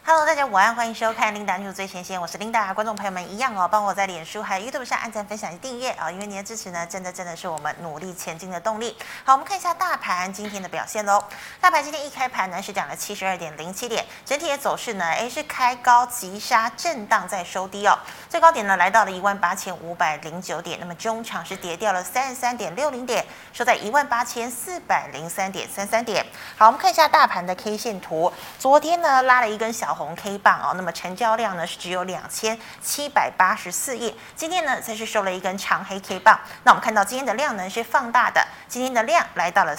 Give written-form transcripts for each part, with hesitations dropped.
Hello， 大家午安，欢迎收看 Linda News 最前线，我是 Linda。观众朋友们一样哦，帮我在脸书还有 YouTube 上按赞、分享、订阅啊，因为您的支持呢，真的是我们努力前进的动力。好，我们看一下大盘今天的表现喽。大盘今天一开盘呢是涨了72.07点，整体的走势呢，是开高急杀，震荡再收低哦。最高点呢来到了18509点，那么中场是跌掉了33.60点，收在18403.33点。好，我们看一下大盘的 K 线图，昨天呢拉了一根小红 K 棒哦，那么成交量呢是只有2784亿，今天呢才是收了一根长黑 K 棒。那我们看到今天的量呢是放大的，今天的量来到了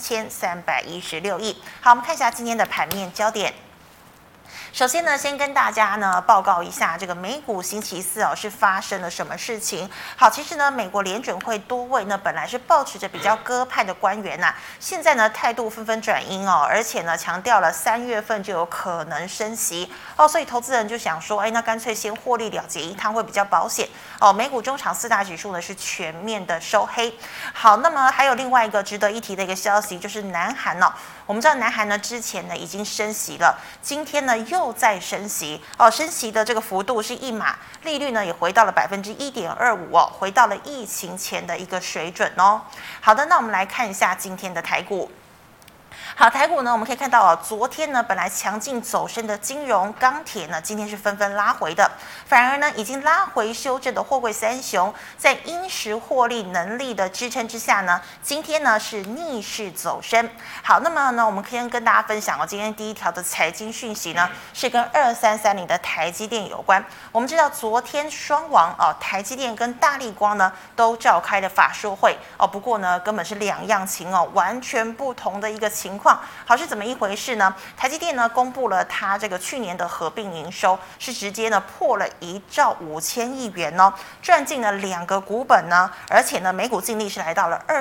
3316亿。好，我们看一下今天的盘面焦点。首先呢，先跟大家呢报告一下，这个美股星期四哦是发生了什么事情。好，其实呢，美国联准会多位呢本来是抱持着比较鸽派的官员现在呢态度纷纷转阴哦，而且呢强调了3月份就有可能升息哦，所以投资人就想说，那干脆先获利了结一趟会比较保险哦。美股中场4大指数呢是全面的收黑。好，那么还有另外一个值得一提的一个消息，就是南韩哦。我们知道南韩呢之前呢已经升息了，今天呢又在升息哦，升息的这个幅度是一码，利率呢也回到了1.25%哦，回到了疫情前的一个水准哦。好的，那我们来看一下今天的台股。好，台股呢，我们可以看到哦，昨天呢本来强劲走升的金融、钢铁呢，今天是纷纷拉回的，反而呢已经拉回修正的货柜三雄，在因时获利能力的支撑之下呢，今天呢是逆势走升。好，那么呢，我们先跟大家分享哦，今天第一条的财经讯息呢，是跟2330的台积电有关。我们知道昨天双王哦，台积电跟大立光呢都召开了法说会哦，不过呢根本是两样情哦，完全不同的一个情况。好，是怎么一回事呢？台积电呢公布了它这个去年的合并营收是直接呢破了1兆5000亿元哦，赚进了2个股本呢，而且呢每股净利是来到了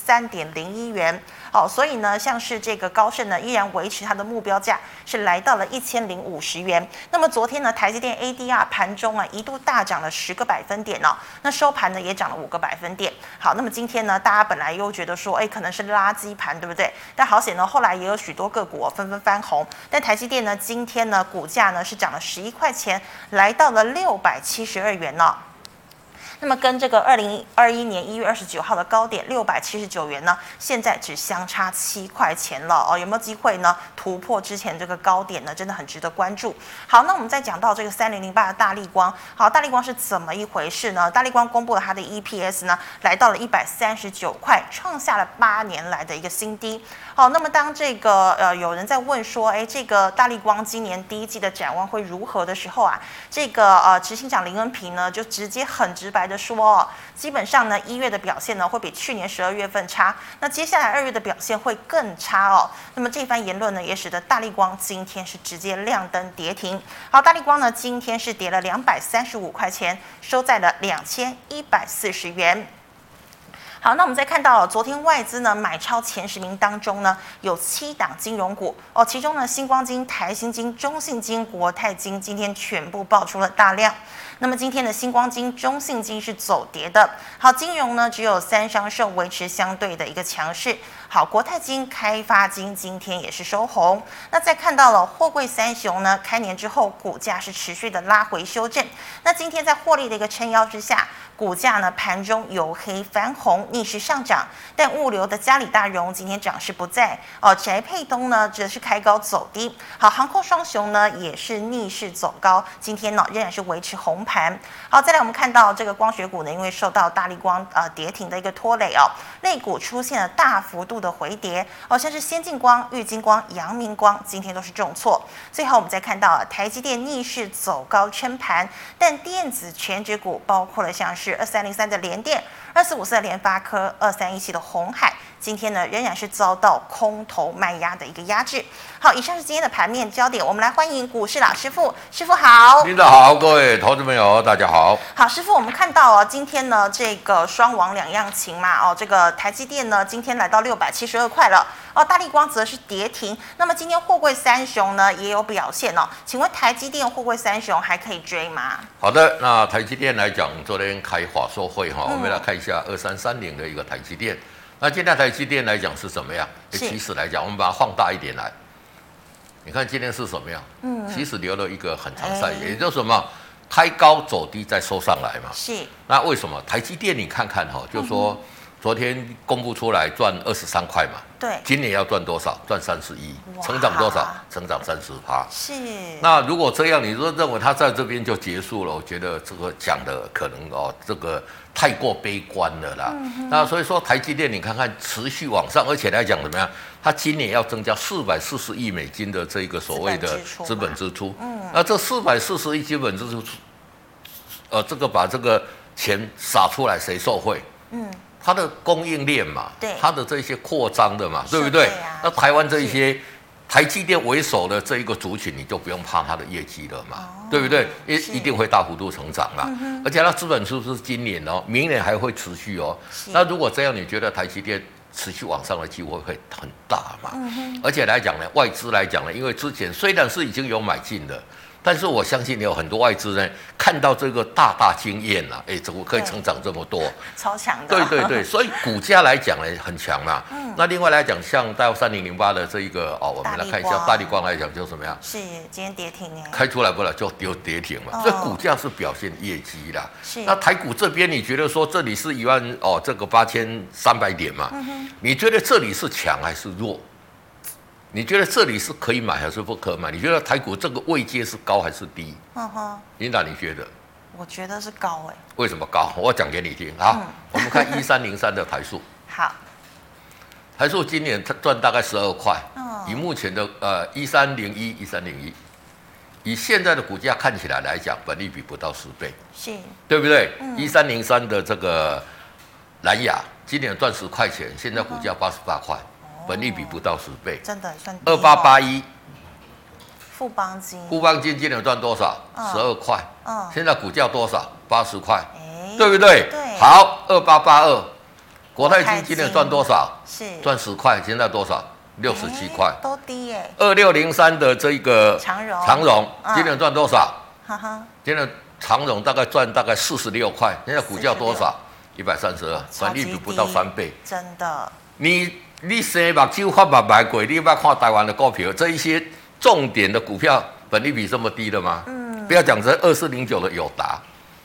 23.01元哦，所以呢像是这个高盛呢依然维持它的目标价是来到了1050元。那么昨天呢台积电 ADR 盘中一度大涨了10个百分点哦，那收盘呢也涨了5个百分点。好，那么今天呢大家本来又觉得说可能是垃圾盘对不对？但好险呢后来也有许多个股纷纷翻红，但台积电呢今天呢股价呢是涨了11块钱，来到了672元哦。那么跟这个2021年1月29号的高点679元呢，现在只相差7块钱了哦，有没有机会呢突破之前这个高点呢？真的很值得关注。好，那我们再讲到这个3008的大立光，好，大立光是怎么一回事呢？大立光公布了它的 EPS 呢，来到了139块，创下了8年来的一个新低。好，那么当这个有人在问说，这个大立光今年第一季的展望会如何的时候这个执行长林恩平呢就直接很直白的说基本上呢1月的表现呢会比去年12月份差，那接下来2月的表现会更差哦。那么这番言论呢也使得大立光今天是直接亮灯跌停。好，大立光呢今天是跌了235块钱，收在了2140元。好，那我们再看到昨天外资呢买超前10名当中呢，有7档金融股哦，其中呢新光金、台新金、中信金、国泰金今天全部爆出了大量。那么今天的新光金、中信金是走跌的。好，金融呢只有3商寿维持相对的一个强势。好，国泰金、开发金今天也是收红。那再看到了货柜三雄呢，开年之后股价是持续的拉回修正。那今天在获利的一个撑腰之下，股价呢盘中由黑翻红，逆势上涨。但物流的嘉里大荣今天涨势不在哦，宅配东呢则是开高走低。好，航空双雄呢也是逆势走高，今天呢仍然是维持红盘。好，再来我们看到这个光学股呢，因为受到大立光跌停的一个拖累哦，类股出现了大幅度的回跌哦，像是先进光、玉晶光、阳明光今天都是重挫。最后我们再看到台积电逆势走高撑盘，但电子全指股包括了像是2303的联电、2454的联发科、2317的鸿海，今天呢仍然是遭到空头卖压的一个压制。好，以上是今天的盘面焦点，我们来欢迎股市老师傅，师傅好。 领导好，各位投资朋友大家好。 好，师傅，我们看到今天呢这个双王两样情嘛这个台积电呢今天来到672块了大立光则是跌停。那么今天货柜三雄呢也有表现请问台积电、货柜三雄还可以追吗？ 好的，那台积电来讲，昨天开法说会我们来看一下2330的一个台积电。那今天台积电来讲是怎么样？其实来讲，我们把它放大一点来。 你看今天是什么样？其实留了一个很长晒，也就是什么，开高走低再收上来嘛。 是。 那为什么台积电你看看哈，就是说昨天公布出来赚23块嘛， 对， 今年要赚多少？赚31，成长多少？成长30%。 是。 那如果这样，你说认为它在这边就结束了，我觉得这个讲的可能这个太过悲观了啦。那所以说台积电你看看持续往上，而且来讲怎么样？它今年要增加440亿美金的这个所谓的资本支出。那这440亿资本支出，这个把这个钱撒出来，谁受惠？它的供应链嘛，它的这些扩张的嘛，对不对？那台湾这一些台积电为首的这一个族群，你就不用怕它的业绩了嘛，对不对？一定会大幅度成长嘛，而且它资本支出是今年明年还会持续哦。那如果这样，你觉得台积电持续往上的机会会很大嘛？而且来讲呢，外资来讲呢，因为之前虽然是已经有买进的。但是我相信有很多外资呢，看到这个大惊艳了，怎么可以成长这么多？ 超强的。 对，所以股价来讲呢很强嘛。那另外来讲，像到3008的这一个我们来看一下大立光来讲就怎么样？ 是今天跌停开出来不了就丢跌停嘛。所以股价是表现业绩啦。 是。 那台股这边你觉得说这里是1万这个8300点嘛？你觉得这里是强还是弱？你觉得这里是可以买还是不可买？你觉得台股这个位阶是高还是低？琳达，你觉得？ 我觉得是高为什么高？我讲给你听。好，我们看1303的台塑。 好。 台塑今年赚大概12块。以目前的1301，以现在的股价看起来来讲，本益比不到10倍， 是， 对不对？1303的这个蓝亚今年赚10块钱，现在股价88块。本益比不到10倍， 真的算低。 2881， 富邦金今年赚多少？12块。现在股价多少？80块， 对不对？ 对。 好2882，国泰金今年赚多少？ 是赚10块，现在多少？67块， 都低耶。 2603的这个长荣今年赚多少？今年长荣大概46块，现在股价多少？132，本益比不到3倍， 真的。 你生目睭发目白过，你有看台湾的股票，这一些重点的股票，本益比这么低的吗？不要讲这2409的友达，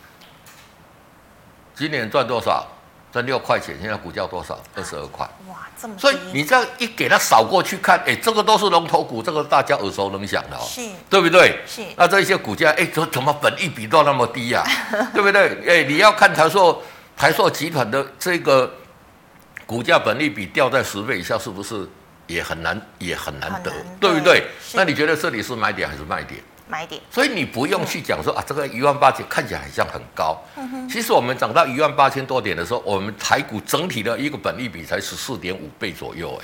今年赚多少？赚6块钱，现在股价多少？22块。 哇，这么低！ 所以你这样一给它扫过去看，这个都是龙头股，这个大家耳熟能详的是， 对不对？ 是。 那这些股价，怎么本益比都那么低呀？对不对？你要看台塑集团的这个。股价本益比掉在10倍以下，是不是也很难得，对不对？那你觉得这里是买点还是卖点？ 买点。所以你不用去讲说这个18000看起来好像很高。其实我们涨到18000多点的时候，我们台股整体的一个本益比才14.5倍左右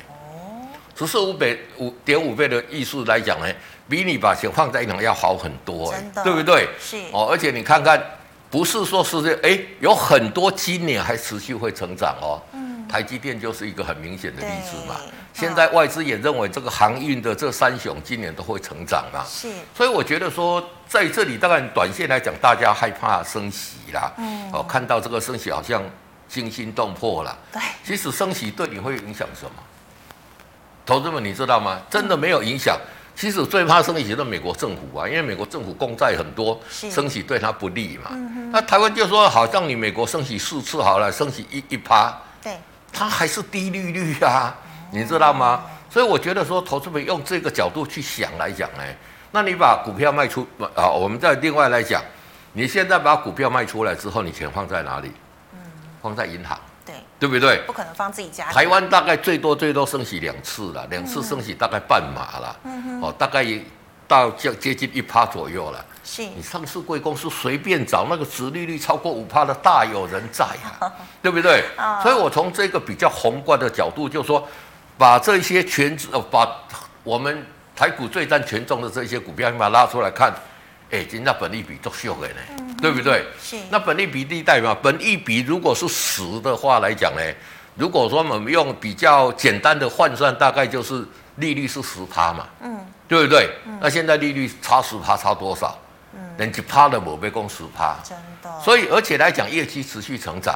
14.5倍的意思来讲呢，比你把钱放在银行要好很多对不对？ 是而且你看看，不是说是有很多今年还持续会成长台积电就是一个很明显的例子嘛。现在外资也认为这个航运的这3雄今年都会成长嘛。 是， 所以我觉得说在这里，当然短线来讲，大家害怕升息啦。看到这个升息好像惊心动魄啦。 对， 其实升息对你会影响什么？投资们你知道吗？真的没有影响。其实最怕升息的美国政府因为美国政府公债很多，升息对它不利嘛。那台湾就说，好像你美国升息4次好了，升息1%，对，它还是低利率你知道吗？所以我觉得说，投资者用这个角度去想来讲那你把股票卖出我们再另外来讲，你现在把股票卖出来之后，你钱放在哪里？放在银行。对不对？ 不可能放自己家。 台湾大概最多升息2次了，2次升息大概半码了，大概到接近1%左右了。是，你上市贵公司随便找那个殖利率超过5%的大有人在对不对？所以我从这个比较宏观的角度，就说把这些把我们台股最占权重的这些股票，你把它拉出来看。今天本益比都秀的呢，对不对？是。那本益比低代表本益比如果是10的话来讲呢，如果说我们用比较简单的换算，大概就是利率是10%嘛，对不对？那现在利率差10%差多少？连1%都没被供10%， 真的。 所以而且来讲，业绩持续成长，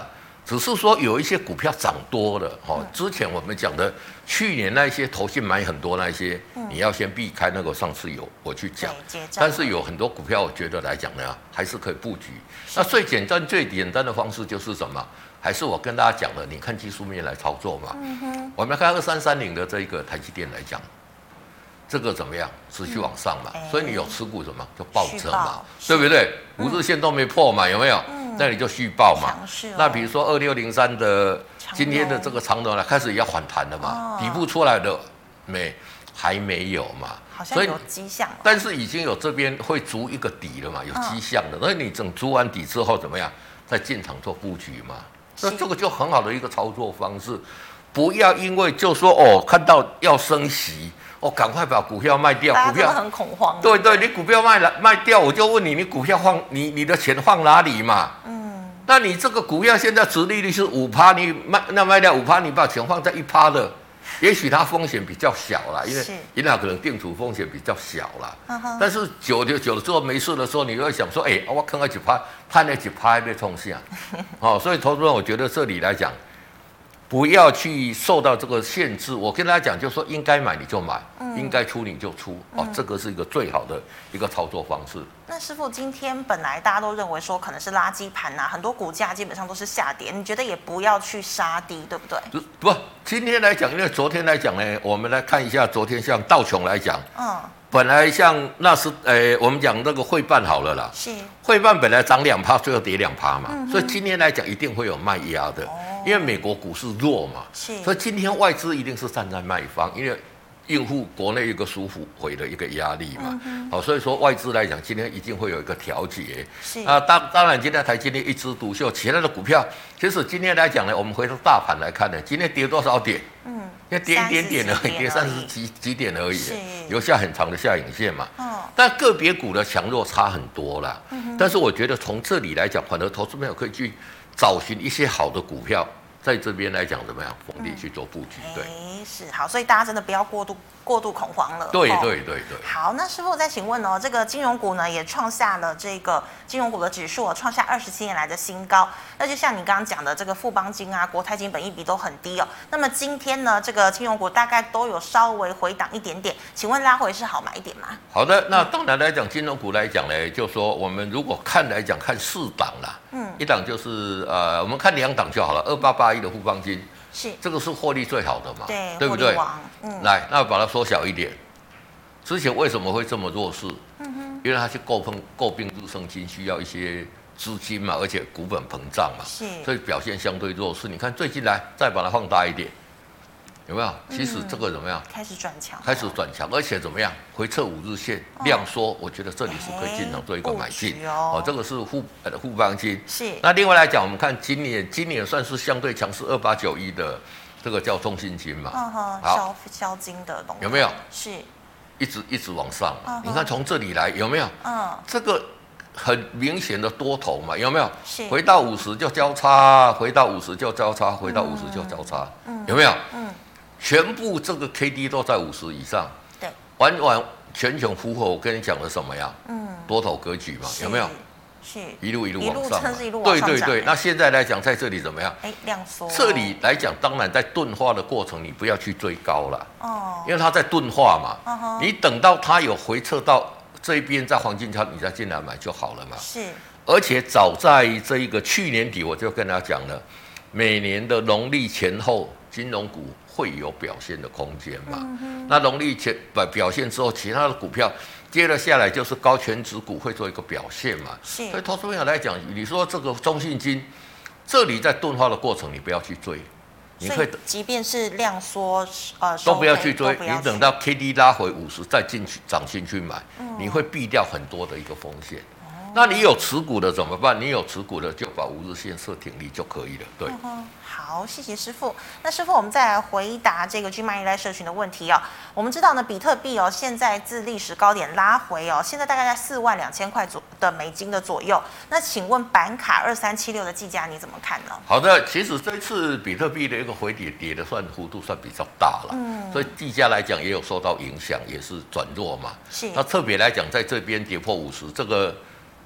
只是说有一些股票涨多了，之前我们讲的去年那些投信买很多那些，你要先避开那个。上次我去讲，但是有很多股票，我觉得来讲呢，还是可以布局。那最简单的方式就是什么？还是我跟大家讲的，你看技术面来操作嘛。我们来看2330的这一个台积电来讲，这个怎么样？持续往上嘛，所以你有持股什么就抱着嘛，对不对？5日线都没破嘛，有没有？那你就续报嘛。那比如说2603的今天的这个长荣呢，开始也要反弹了嘛，底部出来的还没有嘛， 好像有迹象， 但是已经有这边会筑一个底了嘛，有迹象的。那你整筑完底之后怎么样？再进场做布局嘛。那这个就很好的一个操作方式，不要因为就说看到要升息赶快把股票卖掉，股票很恐慌。 对，你股票卖掉，我就问你，你股票放你的钱放哪里嘛？那你这个股票现在殖利率是5%，你卖掉5%，你把钱放在1%的。也许它风险比较小啦，因为银行可能定储风险比较小啦。但是久了之后没事的时候，你就会想说，我坑了1%，判了1%被冲下。所以投资人，我觉得这里来讲，不要去受到这个限制。我跟大家讲，就是说应该买你就买，应该出你就出。这个是一个最好的一个操作方式。 那师傅，今天本来大家都认为说可能是垃圾盘很多股价基本上都是下跌，你觉得也不要去杀低，对不对？ 不，今天来讲，因为昨天来讲呢，我们来看一下昨天像道琼来讲，本来像我们讲那个汇办好了啦， 是汇办本来涨2%，最后跌2%嘛，所以今天来讲一定会有卖压的，因为美国股市弱嘛，所以今天外资一定是站在卖方，因为应付国内一个赎回的一个压力嘛，所以说外资来讲，今天一定会有一个调节。当然今天台积电一枝独秀，其他的股票，其实今天来讲呢，我们回到大盘来看呢，今天跌多少点？因为跌一点点而已，跌30几点而已，留下很长的下影线嘛。但个别股的强弱差很多啦。但是我觉得从这里来讲，反而投资朋友可以去找寻一些好的股票。在这边来讲怎么样，逢低去做布局？对， 是好，所以大家真的不要过度恐慌了。 对。 好，那师傅再请问这个金融股呢也创下了这个金融股的指数创下27年来的新高。那就像你刚刚讲的，这个富邦金国泰金本益比都很低那么今天呢，这个金融股大概都有稍微回档一点点，请问拉回是好买点吗？ 好的，那当然来讲，金融股来讲呢，就说我们如果看来讲看4档啦，一档就是我们看2档就好了，2881的富邦金。 是， 这个是获利最好的嘛？ 对不对？来，那把它缩小一点。之前为什么会这么弱势？因为它是诟病日升金需要一些资金嘛，而且股本膨胀嘛，所以表现相对弱势。你看最近来再把它放大一点，有没有？其实这个怎么样？开始转强，而且怎么样？回撤5日线量缩，我觉得这里是可以进场做一个买进这个是富邦金。是。那另外来讲，我们看今年算是相对强势2891的这个叫中信金嘛， 好，销金的东西有没有？ 是。 一直往上嘛，你看从这里来有没有？这个很明显的多头嘛，有没有？回到50就交叉，回到50就交叉，回到50就交叉，有没有？全部这个 K D 都在50以上，对，完全符合我跟你讲的什么呀？多头格局嘛，有没有？是，一路往上，对。那现在来讲，在这里怎么样？ 量缩。 这里来讲，当然在钝化的过程，你不要去追高了，因为它在钝化嘛。你等到它有回撤到这一边，在黄金交，你再进来买就好了嘛。是。而且早在这一个去年底，我就跟他讲了，每年的农历前后，金融股会有表现的空间嘛。那农历前表现之后，其他的股票接了下来，就是高权值股会做一个表现嘛。所以投资朋友来讲，你说这个中信金，这里在钝化的过程，你不要去追。 你可以，即便是量缩， 都不要去追。你等到 K D 拉回50再进去涨进去买，你会避掉很多的一个风险。那你有持股的怎么办？你有持股的就把5日线设停利就可以了。对。 好，谢谢师傅。那师傅，我们再来回答这个 G-Money 赖社群的问题我们知道呢，比特币现在自历史高点拉回现在大概在42000块的美金的左右。那请问板卡2376的计价你怎么看呢？ 好的，其实这次比特币的一个回跌的幅度算比较大了，所以计价来讲也有受到影响，也是转弱嘛。是。那特别来讲，在这边跌破50，这个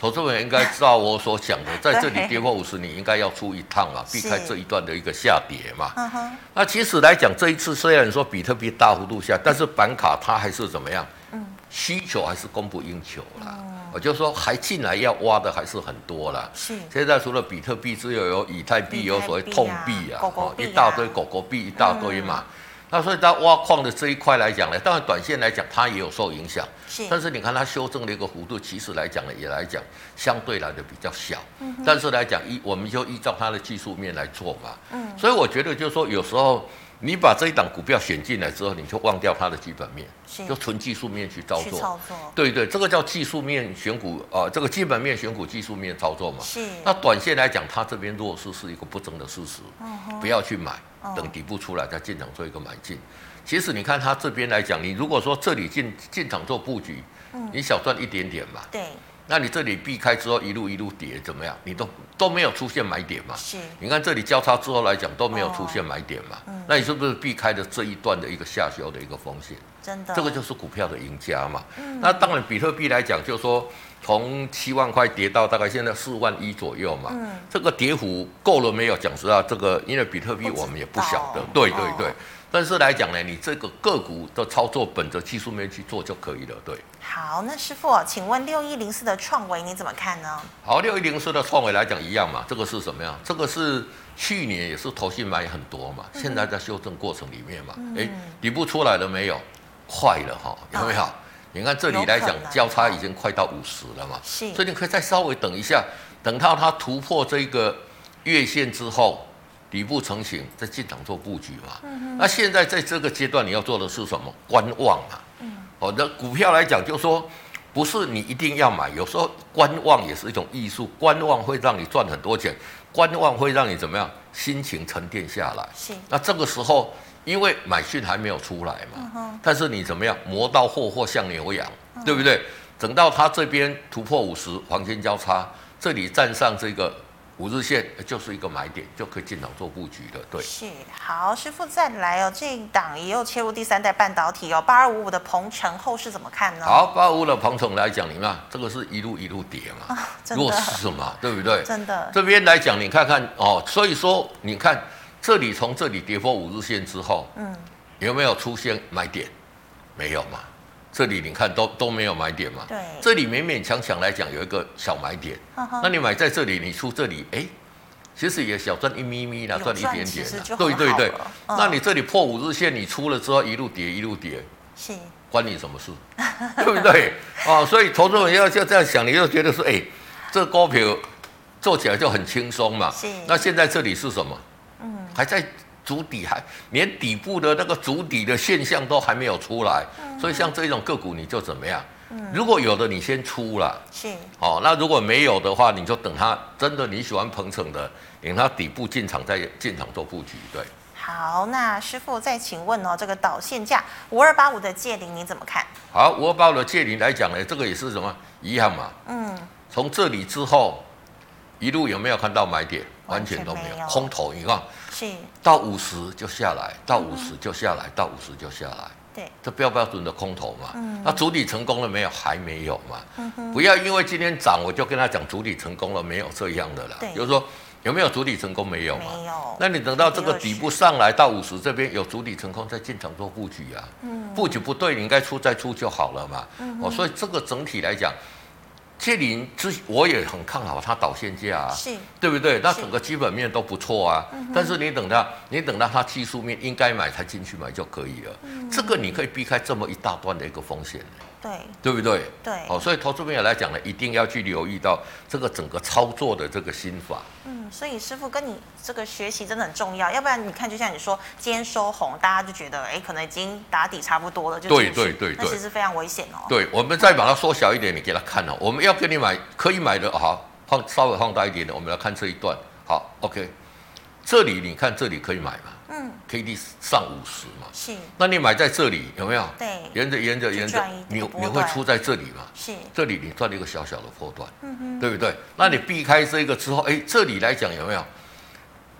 投资人应该知道我所讲的，在这里跌破50，你应该要出一趟嘛，避开这一段的一个下跌嘛。那其实来讲，这一次虽然说比特币大幅度下，但是板卡它还是怎么样？需求还是供不应求啦。我就说还进来要挖的还是很多啦。 是。 现在除了比特币之外，有以太币，有所谓痛币啊，一大堆狗狗币一大堆嘛。那所以它挖矿的这一块来讲呢，当然短线来讲它也有受影响，但是你看它修正的一个幅度，其实来讲呢也来讲相对来的比较小，但是来讲我们就依照它的技术面来做嘛，所以我觉得就是说有时候你把这一档股票选进来之后，你就忘掉它的基本面，就纯技术面去操作，对对，这个叫技术面选股这个基本面选股技术面操作嘛，那短线来讲它这边弱势是一个不争的事实，不要去买。等底部出来再进场做一个买进。其实你看它这边来讲，你如果说这里进场做布局，你小赚一点点嘛。对。那你这里避开之后一路跌怎么样？你都没有出现买点嘛。是。你看这里交叉之后来讲都没有出现买点嘛。那你是不是避开了这一段的一个下修的一个风险？真的。这个就是股票的赢家嘛。那当然比特币来讲，就是说从7万块跌到大概现在4万1左右嘛。这个跌幅够了没有？讲实话，这个因为比特币我们也不晓得。对对对。但是来讲呢，你这个个股的操作本着技术面去做就可以了，对。 好，那师傅，请问6104的创维你怎么看呢？ 好，6104的创维来讲一样嘛，这个是什么样？这个是去年也是投信买很多嘛，现在在修正过程里面嘛，底部出来了没有？快了哈，有没有？你看这里来讲，交叉已经快到50了嘛，所以你可以再稍微等一下，等到它突破这个月线之后。底部成型，再进场做布局嘛。那现在在这个阶段，你要做的是什么？观望嘛。那股票来讲，就说不是你一定要买，有时候观望也是一种艺术。观望会让你赚很多钱，观望会让你怎么样？心情沉淀下来。那这个时候，因为买讯还没有出来嘛，但是你怎么样？磨刀霍霍向牛羊，对不对？等到它这边突破50，黄金交叉，这里站上这个。5日线就是一个买点，就可以进场做布局的，对。 是，好，师傅再来哦，这一档也有切入第3代半导体哦，8255的鹏程后市怎么看呢？ 好，8255的鹏程来讲，你看这个是一路跌嘛，弱势嘛，对不对？真的。这边来讲，你看看哦，所以说你看这里从这里跌破5日线之后，有没有出现买点？没有嘛。这里你看都没有买点嘛，对，这里勉勉强强来讲有一个小买点，那你买在这里，你出这里，其实也小赚一咪咪啦，赚一点点啦，对对对。那你这里破5日线，你出了之后一路跌，是关你什么事？对不对？所以投资人要这样想，你就觉得说，这股票做起来就很轻松嘛。是。那现在这里是什么？还在。主底还连底部的那个主底的现象都还没有出来，所以像这种个股你就怎么样？如果有的你先出了，是那如果没有的话，你就等它真的你喜欢鹏程的，等它底部进场再进场做布局，对。 好，那师傅再请问这个导线价5285的界零你怎么看？ 好，5285的界零来讲呢，这个也是什么一样嘛？从这里之后一路有没有看到买点？完全都没有，空头你看。是到50就下来，到50就下来，到50就下来。对，这标准的空头嘛。那主底成功了没有？还没有嘛。不要因为今天涨，我就跟他讲主底成功了没有这样的啦。就是说有没有主底成功没有嘛？没有。那你等到这个底部上来到50这边有主底成功，再进场做布局啊。布局不对，你应该再出就好了嘛。所以这个整体来讲。界零我也很看好它导线价啊，对不对？那整个基本面都不错啊。但是你等到它技术面应该买才进去买就可以了。这个你可以避开这么一大段的一个风险，对不对？对。所以投资朋友来讲呢，一定要去留意到这个整个操作的这个心法。 所以师傅跟你这个学习真的很重要，要不然你看，就像你说，今天收红，大家就觉得可能已经打底差不多了，就对，那其实非常危险哦。 对，我们再把它缩小一点，你给他看我们要跟你买可以买的，好，稍微放大一点的，我们来看这一段，好 ，OK， 这里你看这里可以买嘛？KD 上50嘛，是，那你买在这里有没有？对，沿着，你会出在这里嘛？是，这里你赚了一个小小的波段，对不对？那你避开这个之后，这里来讲有没有？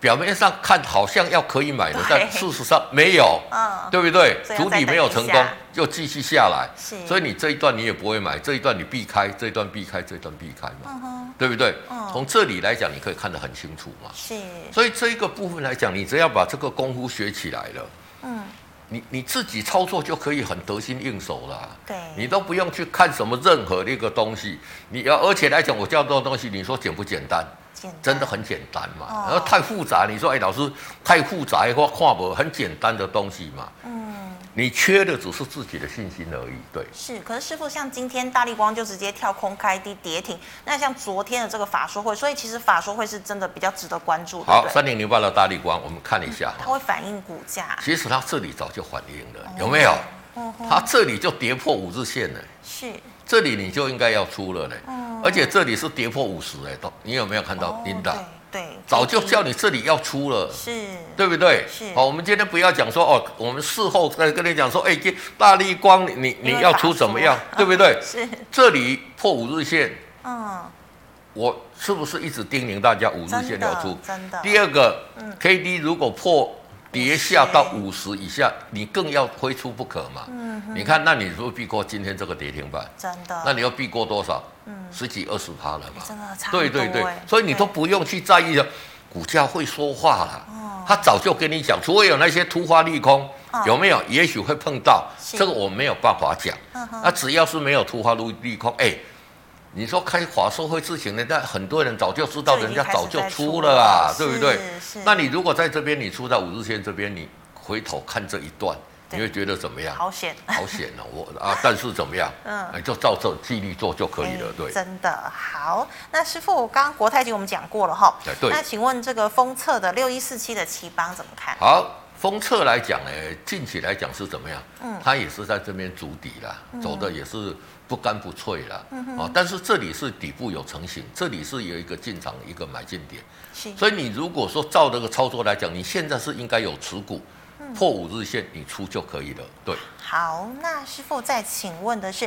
表面上看好像要可以买的， 对但事实上没有，对不对？ 所以要主底没有成功再等一下， 就继续下来， 是所以你这一段你也不会买，这一段你避开，这一段避开，这一段避开嘛，对不对？从这里来讲，你可以看得很清楚嘛。 是， 所以这一个部分来讲，你只要把这个功夫学起来了，你自己操作就可以很得心应手了。 对， 你都不用去看什么任何的一个东西，而且来讲，我教这个东西，你说简不简单？真的很简单嘛。然后太复杂，你说哎，老师太复杂的话，看不很简单的东西嘛。你缺的只是自己的信心而已。对， 是。可是师傅，像今天大立光就直接跳空开低跌停，那像昨天的这个法说会，所以其实法说会是真的比较值得关注的。 好，3008的大立光，我们看一下， 它会反映股价。 其实它这里早就反映了，有没有？它这里就跌破5日线了， 是。 这里你就应该要出了嘞，而且这里是跌破50哎，你有没有看到？琳达， 对， 早就叫你这里要出了， 是， 对不对？ 是。 好，我们今天不要讲说哦，我们事后再跟你讲说，哎，大立光你要出怎么样，对不对？ 是。 这里破5日线，我是不是一直叮咛大家5日线要出？ 真的。 第二个，KD 如果破跌下到50以下，你更要非出不可嘛。你看，那你是不是避过今天这个跌停板？ 真的。 那你要避过多少？10几20%了嘛。 真的差对对对，所以你都不用去在意了，股价会说话了。他早就跟你讲，除非有那些突发利空，有没有？也许会碰到，这个我没有办法讲。那只要是没有突发利空，哎。你说开法说会之前呢，那很多人早就知道，人家早就出了啊，对不对？那你如果在这边你出到5日线这边，你回头看这一段，你会觉得怎么样？ 好险， 好险哦！但是怎么样？就照这纪律做就可以了，对。 真的好。那师傅，刚刚国泰金我们讲过了哈， 对。 那请问这个封测的6147的奇邦怎么看？ 好。封测来讲呢，近期来讲是怎么样？它也是在这边筑底啦，走的也是不干不脆啦。但是这里是底部有成型，这里是有一个进场一个买进点。所以你如果说照这个操作来讲，你现在是应该有持股，破5日线你出就可以了。对。好， 那师傅再请问的是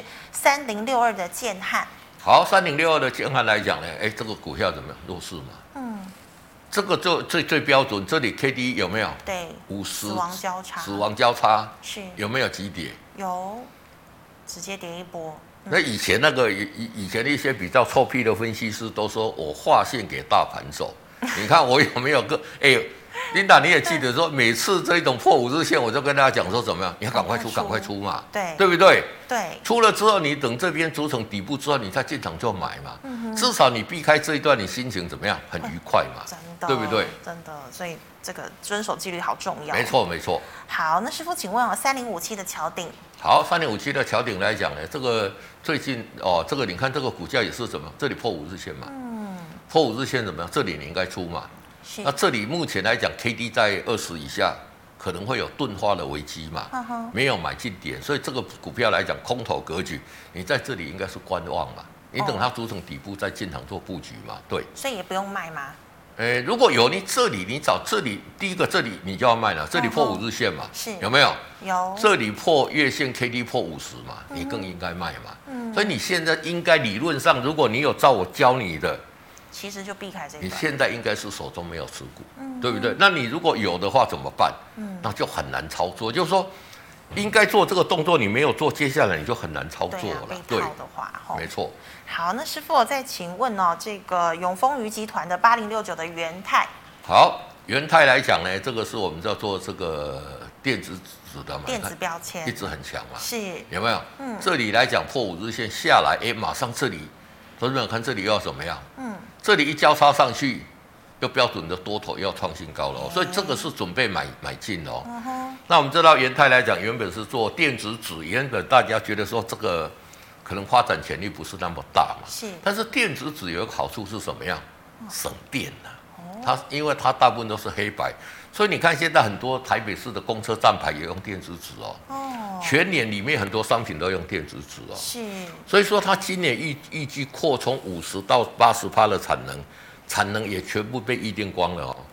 3062的建汉。 好，3062的建汉来讲呢，这个股票怎么样？弱势嘛。这个就最标准，这里 KD 有没有？ 对，50死亡交叉， 死亡交叉是有没有急跌？ 有，直接跌一波。 那以前那个以前的一些比较臭屁的分析师都说我划线给大盘走，你看我有没有个琳达，你也记得说，每次这种破5日线，我就跟大家讲说怎么样，你要赶快出，赶快出嘛，对不对？ 对。 出了之后，你等这边组成底部之后，你再进场就买嘛。至少你避开这一段，你心情怎么样？很愉快嘛， 真的， 对不对？ 真的，所以这个遵守纪律好重要。 没错，没错。 好，那师傅，请问3057的桥顶。 好，3057的桥顶来讲呢，这个最近这个你看这个股价也是怎么？这里破5日线嘛，破5日线怎么样？这里你应该出嘛。那这里目前来讲 ，KD 在20以下，可能会有钝化的危机嘛，没有买进点，所以这个股票来讲，空头格局，你在这里应该是观望嘛，你等它组成底部再进场做布局嘛，对。 所以也不用卖吗？ 如果有你这里，你找这里第一个这里你就要卖了，这里破5日线嘛，有没有？ 有。 这里破月线 KD 破50嘛，你更应该卖嘛。所以你现在应该理论上，如果你有照我教你的。 其实就避开这个。 你现在应该是手中没有持股，对不对？那你如果有的话怎么办？那就很难操作。就是说，应该做这个动作，你没有做，接下来你就很难操作了。 对，套的话， 没错。 好，那师傅，我再请问这个永丰余集团的8069的元泰。 好，元泰来讲呢，这个是我们叫做这个电子纸的嘛， 电子标签一直很强嘛， 是有没有？这里来讲破5日线下来，马上这里。同志们看这里要怎么样？这里一交叉上去，就标准的多头要创新高了，所以这个是准备买进哦。那我们知道元泰来讲，原本是做电子纸，原本大家觉得说这个可能发展潜力不是那么大嘛。 是。但是电子纸有一个好处是什么样？省电啊。因为它大部分都是黑白，所以你看现在很多台北市的公车站牌也用电子纸哦。全年里面很多商品都用电子纸哦， 是， 所以说它今年预计扩充50%到80%的产能也全部被预定光了哦。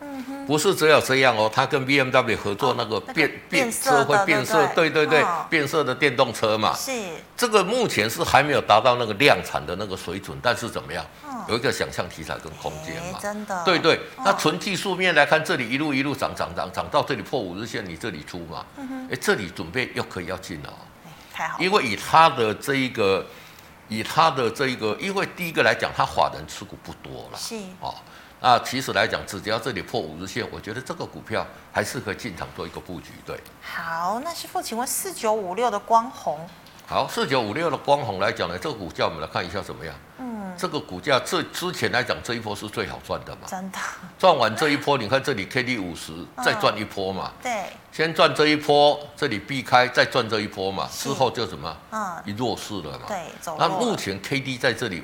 不是只有这样哦，它跟 BMW 合作那个车会变色，对，变色的电动车嘛。 是这个目前是还没有达到那个量产的那个水准，但是怎么样？有一个想象题材跟空间嘛。 真的。 对，那纯技术面来看，这里一路涨到这里破5日线，你这里出嘛？这里准备又可以要进了哦。 太好了。 因为以它的这一个，因为第一个来讲，它法人持股不多了。 是哦。那其实来讲，只要这里破5日线，我觉得这个股票还是可以进场做一个布局。对， 好，那师傅，请问4956的光弘？ 好，4956的光弘来讲呢，这个股价我们来看一下怎么样？这个股价之前来讲，这一波是最好赚的嘛？ 真的。 赚完这一波，你看这里 KD 50，再赚一波嘛？ 对。 先赚这一波，这里避开，再赚这一波嘛？之后就什么？一弱势了嘛？ 对，走弱。 那目前 KD 在这里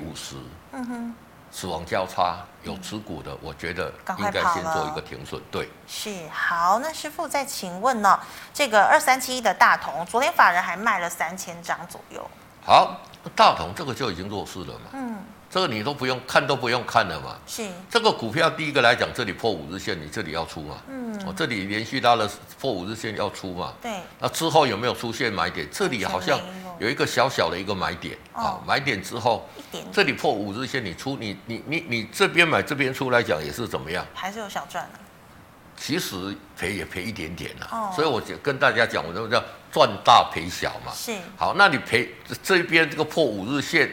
50，死亡交叉有持股的，我觉得应该先做一个停损。对， 是好。那师傅再请问呢？这个2371的大同，昨天法人还卖了3000张左右。 好，大同这个就已经弱势了嘛？这个你都不用看了嘛。 是这个股票第一个来讲，这里破5日线，你这里要出嘛？这里连续拉了破5日线要出嘛？ 对。那之后有没有出现买点？这里好像有一个小小的一个买点啊，买点之后，这里破5日线你出，你这边买这边出来讲也是怎么样？ 还是有小赚的。 其实赔也赔一点点啦，所以我跟大家讲，我都叫赚大赔小嘛。 是。好， 那你赔这边这个破5日线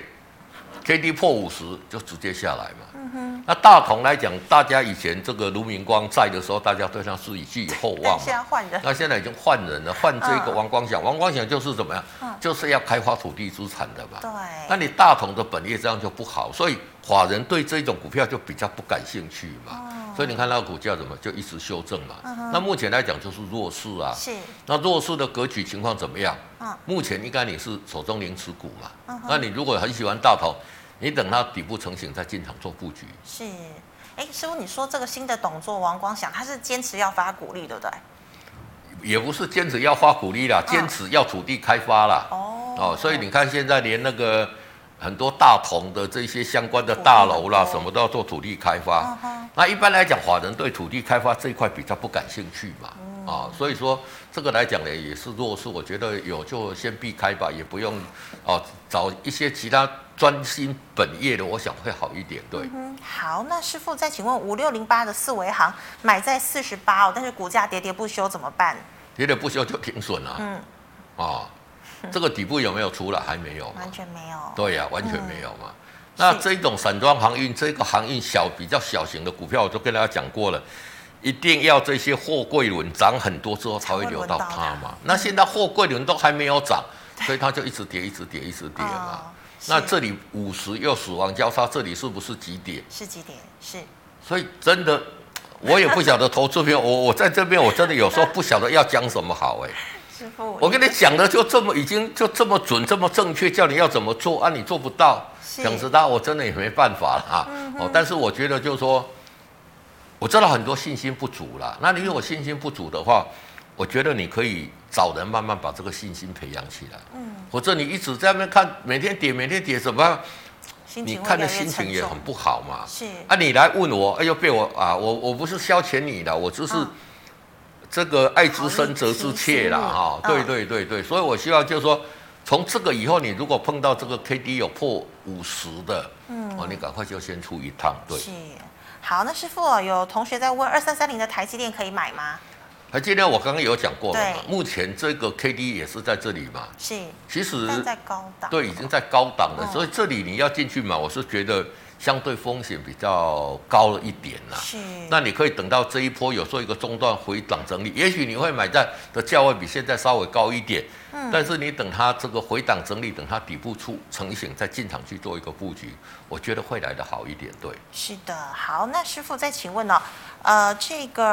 ，KD 破50就直接下来嘛。那大同来讲，大家以前这个卢明光在的时候，大家对他是寄予厚望嘛。 现在换人。 那现在已经换人了，换这个王光祥。王光祥就是怎么样？就是要开发土地资产的嘛。 对。 那你大同的本业这样就不好，所以法人对这种股票就比较不感兴趣嘛。所以你看那个股价怎么就一直修正嘛？那目前来讲就是弱势啊。 是。 那弱势的格局情况怎么样？目前应该你是手中零持股嘛。那你如果很喜欢大同，你等它底部成型再进场做布局。 是。师傅，你说这个新的董座王光祥，他是坚持要发股利，对不对？ 也不是坚持要发股利啦，坚持要土地开发啦。所以你看现在连那个很多大同的这些相关的大楼啦，什么都要做土地开发。那一般来讲，法人对土地开发这一块比较不感兴趣嘛。所以说这个来讲呢，也是弱势。我觉得有就先避开吧，也不用找一些其他专心本业的，我想会好一点。对。 好，那师傅再请问5608的四维行买在48但是股价喋喋不休，怎么办？ 喋喋不休就停损了。这个底部有没有出来？还没有， 完全没有。 对呀，完全没有嘛。那这种散装航运，这个航运比较小型的股票，我都跟大家讲过了，一定要这些货柜轮涨很多之后才会流到它嘛。那现在货柜轮都还没有涨，所以它就一直跌嘛。那这里50又死亡交叉，这里是不是急跌？ 是急跌，是。 所以真的，我也不晓得投资票，我在这边我真的有时候不晓得要讲什么好师傅， 我跟你讲的就这么这么准，这么正确，叫你要怎么做啊？你做不到，想知道我真的也没办法啦。但是我觉得就是说，我知道很多信心不足啦。那你如果信心不足的话，我觉得你可以找人慢慢把这个信心培养起来。或者你一直在那边看，每天跌什么？你看的心情也很不好嘛。 是啊，你来问我，又被我不是消遣你的，我只是这个爱之深责之切啦对，所以我希望就是说，从这个以后，你如果碰到这个 KD 有破50的，你赶快就先出一趟。对， 是好。那师傅有同学在问2330的台积电可以买吗？ 台积电我刚刚有讲过了嘛，目前这个 KD 也是在这里嘛， 是， 其实在高档， 对，已经在高档了，所以这里你要进去买，我是觉得相对风险比较高了一点啦。 是， 那你可以等到这一波有时候一个中段回档整理，也许你会买在的价位比现在稍微高一点，但是你等它这个回档整理，等它底部出成型，再进场去做一个布局，我觉得会来得好一点。对， 是的。好，那师傅再请问这个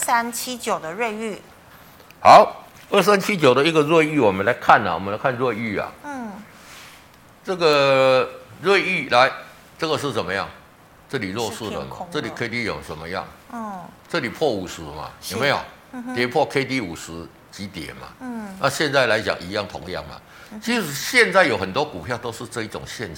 2379的瑞昱， 好，2379的一个瑞昱，我们来看我们来看瑞昱啊，这个瑞昱来，这个是怎么样？这里弱势了嘛？这里 KD 有什么样？这里破50嘛？有没有？跌破 KD 50急跌嘛？那现在来讲一样同样嘛？其实现在有很多股票都是这一种现形了。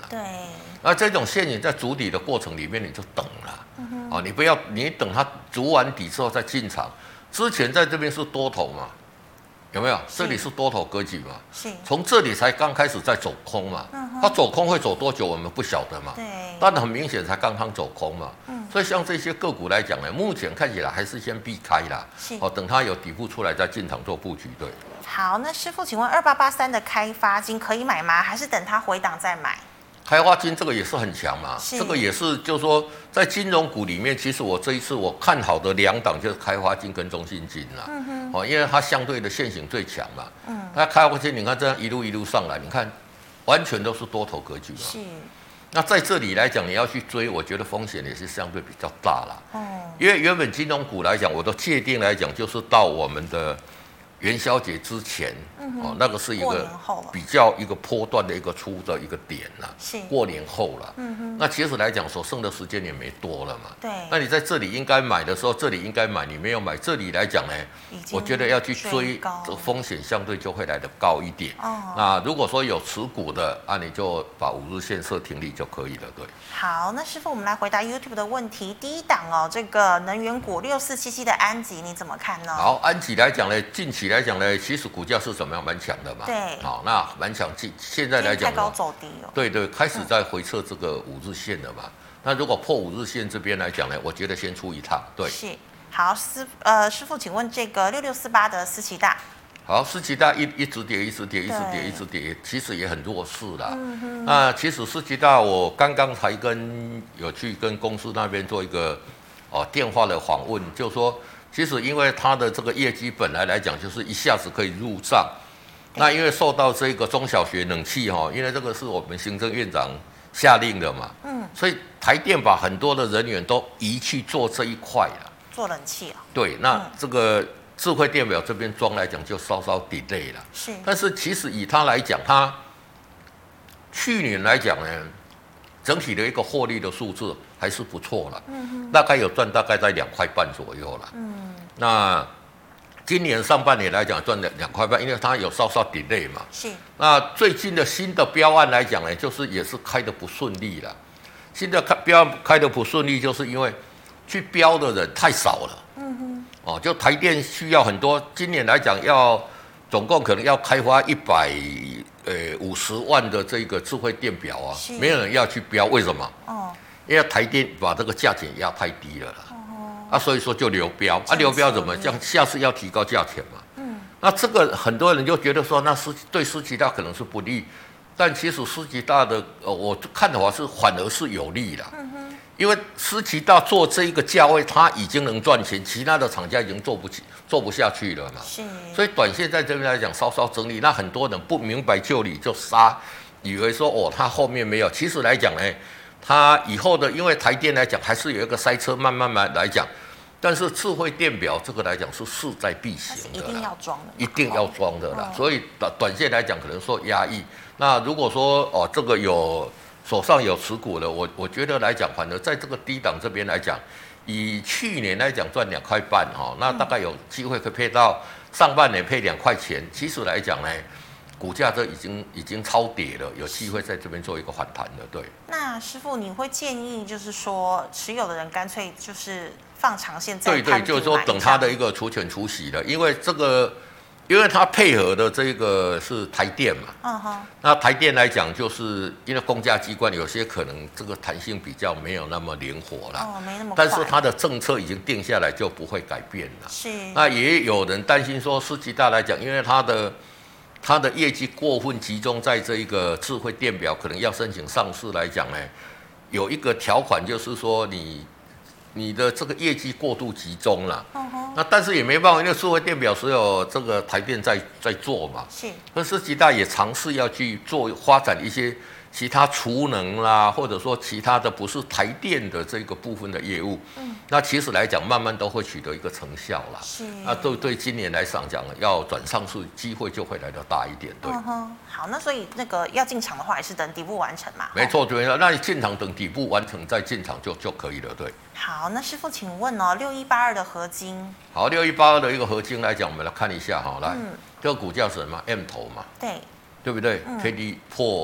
对， 那这种陷阱在筑底的过程里面，你就等了，你不要你等它筑完底之后再进场。之前在这边是多头嘛，有没有？这里是多头格局嘛， 是， 从这里才刚开始在走空嘛，它走空会走多久我们不晓得嘛， 对， 但很明显才刚刚走空嘛，所以像这些个股来讲呢，目前看起来还是先避开啦，等它有底部出来再进场做布局，对。 好，那师傅，请问2883的开发金可以买吗？还是等它回档再买？ 开发金这个也是很强嘛，这个也是就是说在金融股里面，其实我这一次我看好的两档就是开发金跟中信金啦，因为它相对的线型最强嘛，那开发金你看这样一路上来，你看完全都是多头格局嘛， 是。 那在这里来讲，你要去追，我觉得风险也是相对比较大啦，因为原本金融股来讲，我的界定来讲就是到我们的元宵节之前，那个是一个比较一个波段的一个出的一个点了，过年后了，那其实来讲所剩的时间也没多了嘛， 对， 那你在这里应该买的时候，这里应该买，你没有买，这里来讲呢，我觉得要去追，这风险相对就会来得高一点。那如果说有持股的，你就把5日线设停利就可以了，对。 好，那师傅，我们来回答 YouTube 的问题。第一档哦，这个能源股6477的安吉，你怎么看呢？ 好，安吉来讲呢，近期来讲呢，其实股价是怎么样，蛮强的嘛。 对。 好，那蛮强。现在来讲， 太高走低哦。 对对，开始在回测这个5日线了嘛。那如果破5日线这边来讲呢，我觉得先出一趟。对。 是。好，师傅，请问这个6648的思琪大。 好，思琪大一直跌，其实也很弱势啦。那其实思琪大，我刚刚才有去跟公司那边做一个电话的访问，就说其实因为它的这个业绩本来讲就是一下子可以入账，那因为受到这个中小学冷气因为这个是我们行政院长下令的嘛，所以台电把很多的人员都移去做这一块了， 做冷气对，那这个智慧电表这边装来讲就稍稍 delay 了， 是， 但是其实以它来讲，它去年来讲呢，整体的一个获利的数字还是不错了，大概有赚大概在2块半左右了，那今年上半年来讲赚2块半，因为它有稍稍 delay 嘛， 是， 那最近的新的标案来讲呢，就是也是开得不顺利了，新的标案开得不顺利，就是因为去标的人太少了，就台电需要很多，今年来讲总共可能要开发150万的这个智慧电表啊，没有人要去标，为什么？因为台电把这个价钱压太低了啦，所以说就流标，流标怎么这样？下次要提高价钱嘛，那这个很多人就觉得说，那对思琪大可能是不利，但其实思琪大的我看的话是反而是有利啦。因为思琪大做这一个价位，它已经能赚钱，其他的厂家已经做不下去了嘛。 是。所以短线在这边来讲稍稍整理，那很多人不明白就里就杀，以为说它后面没有。其实来讲呢，它以后的，因为台电来讲还是有一个塞车，慢慢来讲。但是智慧电表这个来讲是势在必行的， 一定要装的， 一定要装的啦。所以短线来讲可能说压抑。那如果说这个手上有持股的，我觉得来讲，反正在这个低档这边来讲，以去年来讲赚2块半那大概有机会可以配到上半年配2块钱。其实来讲呢，股价这已经超跌了，有机会在这边做一个反弹的。对。 那师傅，你会建议就是说，持有的人干脆就是放长线再对，就是说等它的一个除权除息的，因为它配合的这个是台电嘛，那台电来讲，就是因为公家机关有些可能这个弹性比较没有那么灵活啦， 没那么快， 但是它的政策已经定下来，就不会改变了。 是， 那也有人担心说，思琪大来讲，因为它的业绩过分集中在这一个智慧电表，可能要申请上市来讲呢，有一个条款就是说你的这个业绩过度集中了，那但是也没办法，因为智慧电表只有这个台电在做嘛， 是， 那思琪大也尝试要去发展一些其他储能啦，或者说其他的不是台电的这个部分的业务，那其实来讲慢慢都会取得一个成效啦， 是， 那对今年来讲要转上市机会就会来得大一点，对。 好，那所以那个要进场的话，也是等底部完成嘛。 没错，对，那你进场等底部完成再进场就可以了，对。 好，那师傅请问6182的合金。 好，6182的一个合金来讲，我们来看一下来，这个股价是什么 M 头嘛， 对， 对不对？K D 破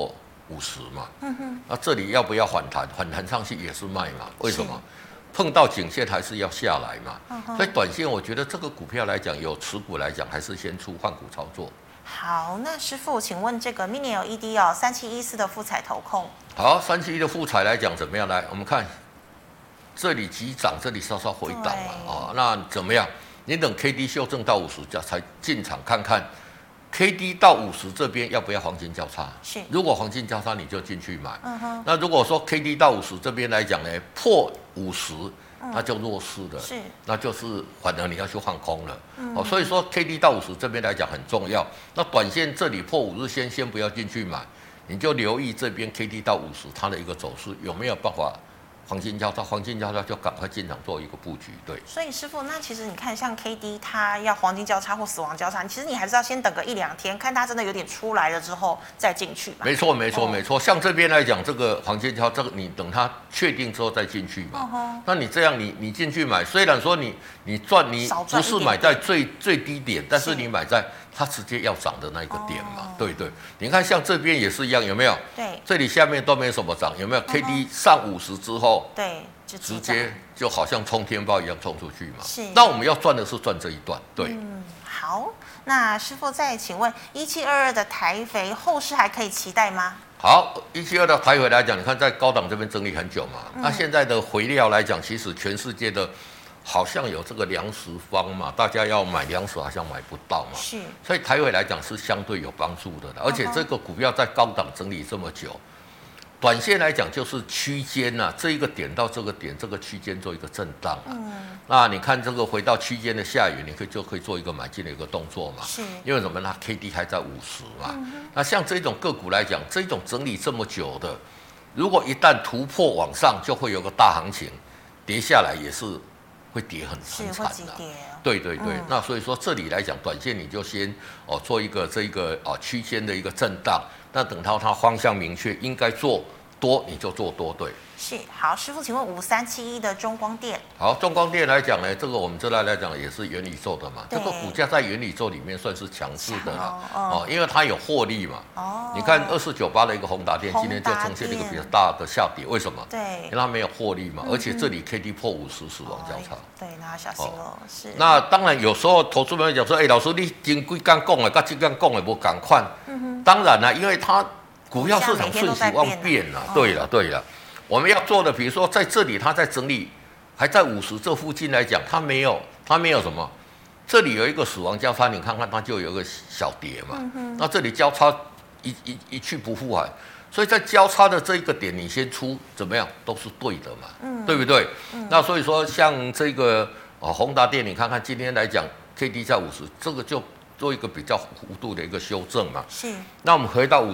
50嘛，那这里要不要反弹？反弹上去也是卖嘛？为什么？碰到颈线还是要下来嘛，所以短线我觉得这个股票来讲，有持股来讲，还是先出换股操作。 好，那师傅，请问这个 Mini LED 哦，3714的富彩投控， 好，371的富彩来讲怎么样？来，我们看这里急涨，这里稍稍回档嘛，哦，那怎么样？你等 K D 修正到50才进场看看 ，K D 到50这边要不要黄金交叉？ 是， 如果黄金交叉，你就进去买。那如果说 K D 到50这边来讲呢，破50。那就弱势的， 是， 那就是反而你要去放空了，所以说 K D 到50这边来讲很重要。那短线这里破5日线，先不要进去买，你就留意这边 K D 到50它的一个走势有没有办法黄金交叉，黄金交叉就赶快进场做一个布局，对。 所以师傅，那其实你看，像 KD 它要黄金交叉或死亡交叉，其实你还是要先等个1-2天，看它真的有点出来了之后再进去嘛。 没错，没错，没错。像这边来讲，这个黄金交叉，这个你等它确定之后再进去嘛。那你这样，你进去买，虽然说你不是买在最低点，但是你买在它直接要涨的那一个点嘛，对对。你看像这边也是一样，有没有？ 对。 这里下面都没什么涨，有没有？KD 上50之后， 对， 直接就好像冲天炮一样冲出去嘛。 是。 那我们要赚的是赚这一段，对。 好，那师傅再请问，1722的台肥后市还可以期待吗？ 好，172的台肥来讲，你看在高档这边整理很久嘛，那现在的回料来讲，其实全世界的。好像有这个粮食方嘛，大家要买粮食好像买不到嘛， 是， 所以台尾来讲是相对有帮助的，而且这个股票在高档整理这么久，短线来讲就是区间呐，这一个点到这个点，这个区间做一个震荡啊。那你看这个回到区间的下缘，你就可以做一个买进的一个动作嘛。 是， 因为什么呢？KD 还在50嘛。那像这种个股来讲，这种整理这么久的，如果一旦突破往上，就会有个大行情，跌下来也是。会跌很惨的，对对对。那所以说这里来讲，短线你就先做一个区间的一个震荡，那等到它方向明确，应该做多你就做多，对。 是，好，师傅，请问5371的中光电。 好，中光电来讲呢，这个我们这来讲也是元宇宙的嘛，这个股价在元宇宙里面算是强势的啦，因为它有获利嘛。你看2498的一个宏达电今天就呈现了一个比较大的下跌，为什么？ 对， 因为它没有获利嘛，而且这里 KD 破50死亡交叉。 对，那要小心了。是。 那当然有时候投资朋友讲说，老师你前几天讲的，跟这天讲的不赶快。当然啦，因为它股票市场瞬息万变啦。对了，对了。我们要做的，比如说在这里，它在整理，还在50这附近来讲，它没有什么。这里有一个死亡交叉，你看看它就有一个小跌嘛。那这里交叉一去不复返，所以在交叉的这一个点，你先出怎么样都是对的嘛，对不对？那所以说像这个宏达电，你看看今天来讲 ，KD 在50，这个就做一个比较幅度的一个修正嘛。 是。 那我们回到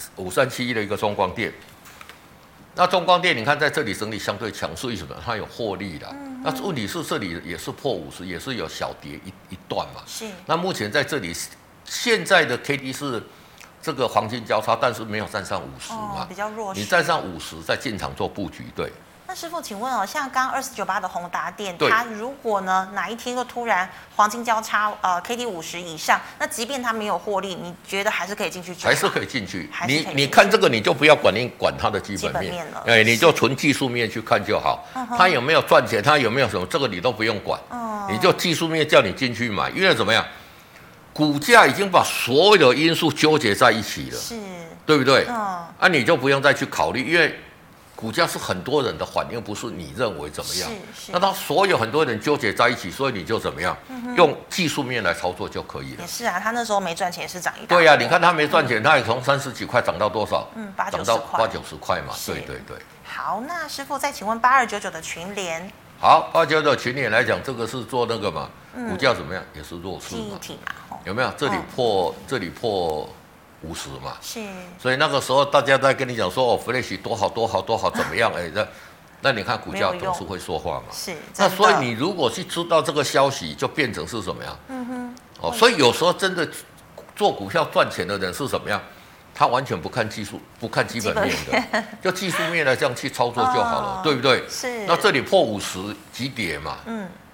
5371的一个中光电。那中光电，你看在这里整理相对强势，为什么？它有获利的。那问题是这里也是破50，也是有小跌一段嘛。 是。 那目前在这里，现在的 KD 是这个黄金交叉，但是没有站上50嘛， 比较弱势。 你站上50，再进场做布局，对。 那师傅，请问像刚刚2498的宏达电，它如果呢哪一天又突然黄金交叉KD 50以上，那即便它没有获利，你觉得还是可以进去追？ 还是可以进去。你看这个，你就不要管它的基本面了，你就纯技术面去看就好。它有没有赚钱，它有没有什么，这个你都不用管，你就技术面叫你进去买，因为怎么样，股价已经把所有的因素纠结在一起了， 是， 对不对？你就不用再去考虑，因为。股价是很多人的反应，不是你认为怎么样。那它所有很多人纠结在一起，所以你就怎么样，用技术面来操作就可以了。 也是啊，他那时候没赚钱，也是涨一大。 对呀，你看他没赚钱，他也从30几块涨到多少 ？80-90 涨到块。 80-90块嘛。对对对。 好，那师傅再请问8299的群联。 好，8299的群联来讲，这个是做那个嘛，股价怎么样？也是弱势嘛。记忆体嘛。有没有？这里破。50嘛， 是， 所以那个时候大家在跟你讲说Flash 多好多好多好怎么样？那你看股价总是会说话嘛。 是， 那所以你如果去知道这个消息，就变成是什么样？所以有时候真的做股票赚钱的人是什么样？他完全不看技术，不看基本面的，就技术面来这样去操作就好了，对不对？ 是。 那这里破50急跌嘛，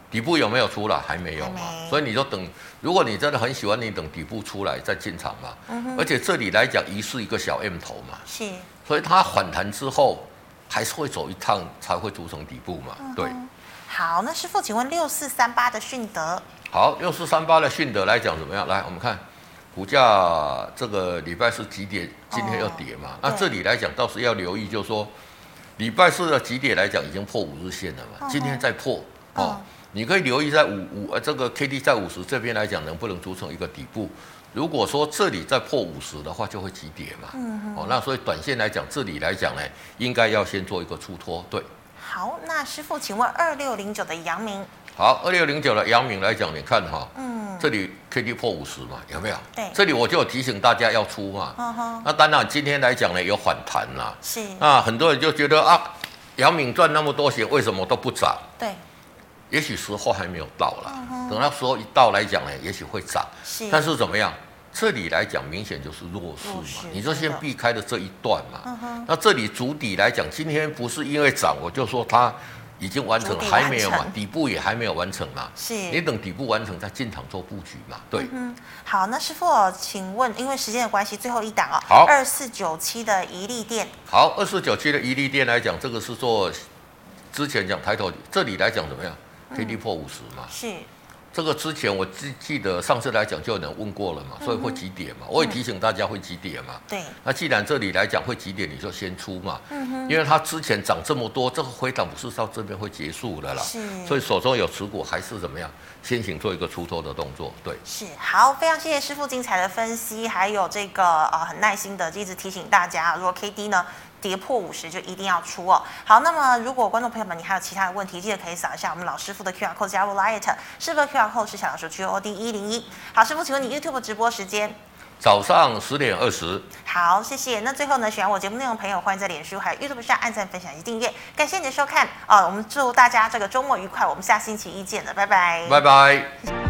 底部有没有出来？还没有嘛， 还没所以你就等。如果你真的很喜欢，你等底部出来再进场嘛。而且这里来讲，疑似一个小 M 头嘛， 是， 所以它反弹之后还是会走一趟才会组成底部嘛。对。 好，那师傅，请问6438的迅德， 好，6438的迅德来讲怎么样？来，我们看股价这个礼拜四急跌，今天又跌嘛。那这里来讲倒是要留意，就是说礼拜四的急跌来讲已经破5日线了嘛，今天再破哦。你可以留意在这个 K D 在50这边来讲，能不能组成一个底部？如果说这里再破50的话，就会急跌嘛。哦，那所以短线来讲，这里来讲呢，应该要先做一个出脱。对。 好，那师傅，请问2609的阳明， 好，2609的阳明来讲，你看哈，这里 K D 破50嘛，有没有？ 对。 这里我就有提醒大家要出嘛。那当然今天来讲呢，有反弹啦。 是。 那很多人就觉得啊，阳明赚那么多钱，为什么都不涨？ 对。 也许时候还没有到啦，等到时候一到来讲呢，也许会涨。 是。 但是怎么样？这里来讲明显就是弱势嘛，你就先避开了这一段嘛。那这里主底来讲，今天不是因为涨，我就说它已经完成了，还没有嘛，底部也还没有完成嘛。 是。 你等底部完成再进场做布局嘛。对。 好，那师傅请问，因为时间的关系，最后一档哦。 好。 2497的怡利电。 好，2497的怡利电来讲，这个是做之前讲抬头，这里来讲怎么样？K D 破50嘛。 是。 这个之前我记得上次来讲就有人问过了嘛，所以会急跌嘛，我也提醒大家会急跌嘛。 对。 那既然这里来讲会急跌，你就先出嘛。因为它之前涨这么多，这个回档不是到这边会结束的啦。 是。 所以手中有持股还是怎么样，先行做一个出脱的动作。对。 是。好，非常谢谢师傅精彩的分析，还有这个很耐心的一直提醒大家，如果 K D 呢跌破50就一定要出哦。好，那么如果观众朋友们你还有其他的问题，记得可以扫一下我们老师傅的 QR code 加入 Light， 师傅的 QR code 是小老鼠 GOD101。好，师傅，请问你 YouTube 直播时间？ 早上10点20。 好，谢谢。那最后呢，喜欢我节目内容的朋友，欢迎在脸书还有 YouTube 上按赞、分享及订阅。感谢你的收看我们祝大家这个周末愉快，我们下星期一见了，拜拜。 拜拜。